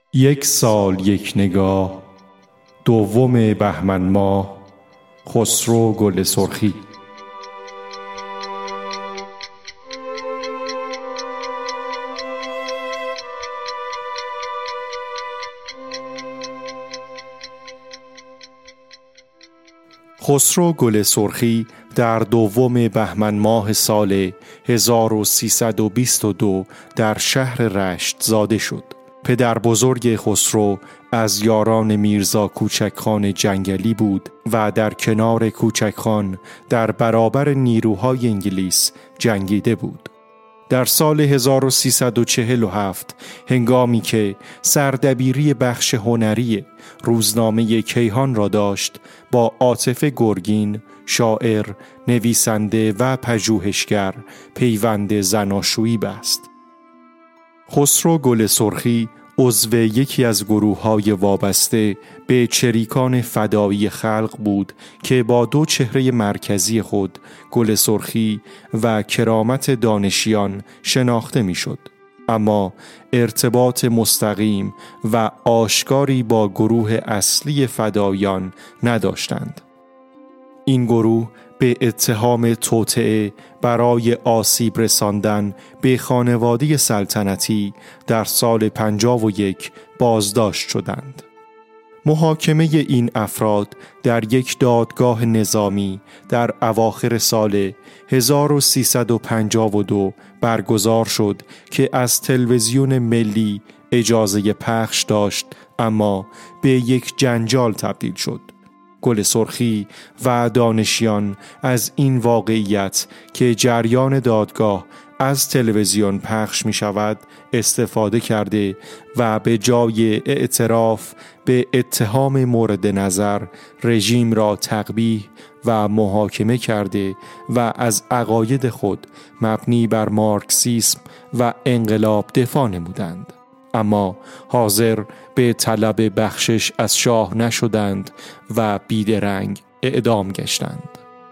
یک سال یک نگاه، دوم بهمن ماه، خسرو گل سرخی. خسرو گل سرخی در دوم بهمن ماه سال 1322 در شهر رشت زاده شد. پدر بزرگ خسرو از یاران میرزا کوچک خان جنگلی بود و در کنار کوچک خان در برابر نیروهای انگلیس جنگیده بود. در سال 1347 هنگامی که سردبیری بخش هنری روزنامه کیهان را داشت، با عاطف گرگین، شاعر، نویسنده و پژوهشگر پیوند زناشویی بست. خسرو گل سرخی عضو یکی از گروه‌های وابسته به چریکان فدایی خلق بود که با دو چهره مرکزی خود، گل سرخی و کرامت دانشیان، شناخته می‌شد، اما ارتباط مستقیم و آشکاری با گروه اصلی فداییان نداشتند. این گروه به اتهام توطئه برای آسیب رساندن به خانواده سلطنتی در سال 51 بازداشت شدند. محاکمه این افراد در یک دادگاه نظامی در اواخر سال 1352 برگزار شد که از تلویزیون ملی اجازه پخش داشت، اما به یک جنجال تبدیل شد. گل سرخی و دانشیان از این واقعیت که جریان دادگاه از تلویزیون پخش می شود استفاده کرده و به جای اعتراف به اتهام مورد نظر رژیم را تقبیح و محاکمه کرده و از عقاید خود مبنی بر مارکسیسم و انقلاب دفاع نمودند، اما حاضر به طلب بخشش از شاه نشدند و بیدرنگ اعدام گشتند.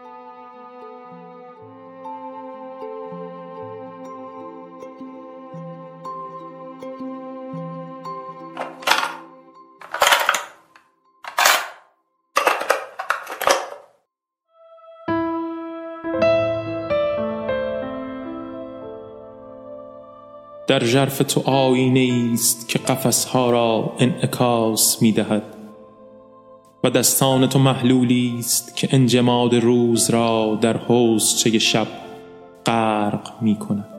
در ژرف تو آینه است که قفس‌ها را انعکاس می‌دهد و دستان تو محلولی است که انجماد روز را در حوضچه شب غرق می‌کند.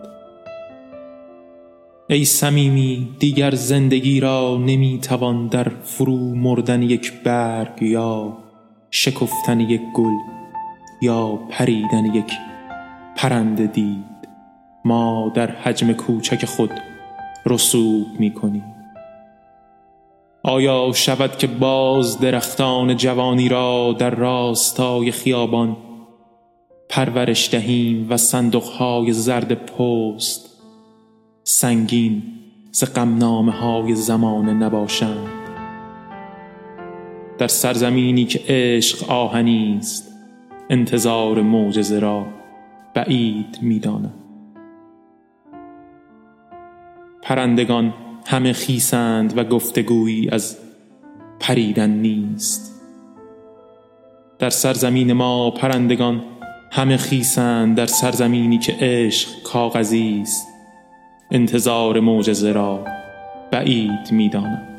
ای صمیمی، دیگر زندگی را نمی‌توان در فرو مردن یک برگ یا شکفتن یک گل یا پریدن یک پرنده دید. ما در حجم کوچک خود رسوب می‌کنیم. آیا شود که باز درختان جوانی را در راستای خیابان پرورش دهیم و صندوق‌های زرد پست سنگین ز غمنامه‌های زمانه نباشند؟ در سرزمینی که عشق آهنی است، انتظار معجزه را بعید می‌دانم. پرندگان همه خیسند و گفتگویی از پریدن نیست. در سرزمین ما پرندگان همه خیسند، در سرزمینی که عشق کاغذی است، انتظار معجزه را بعید می‌دانم.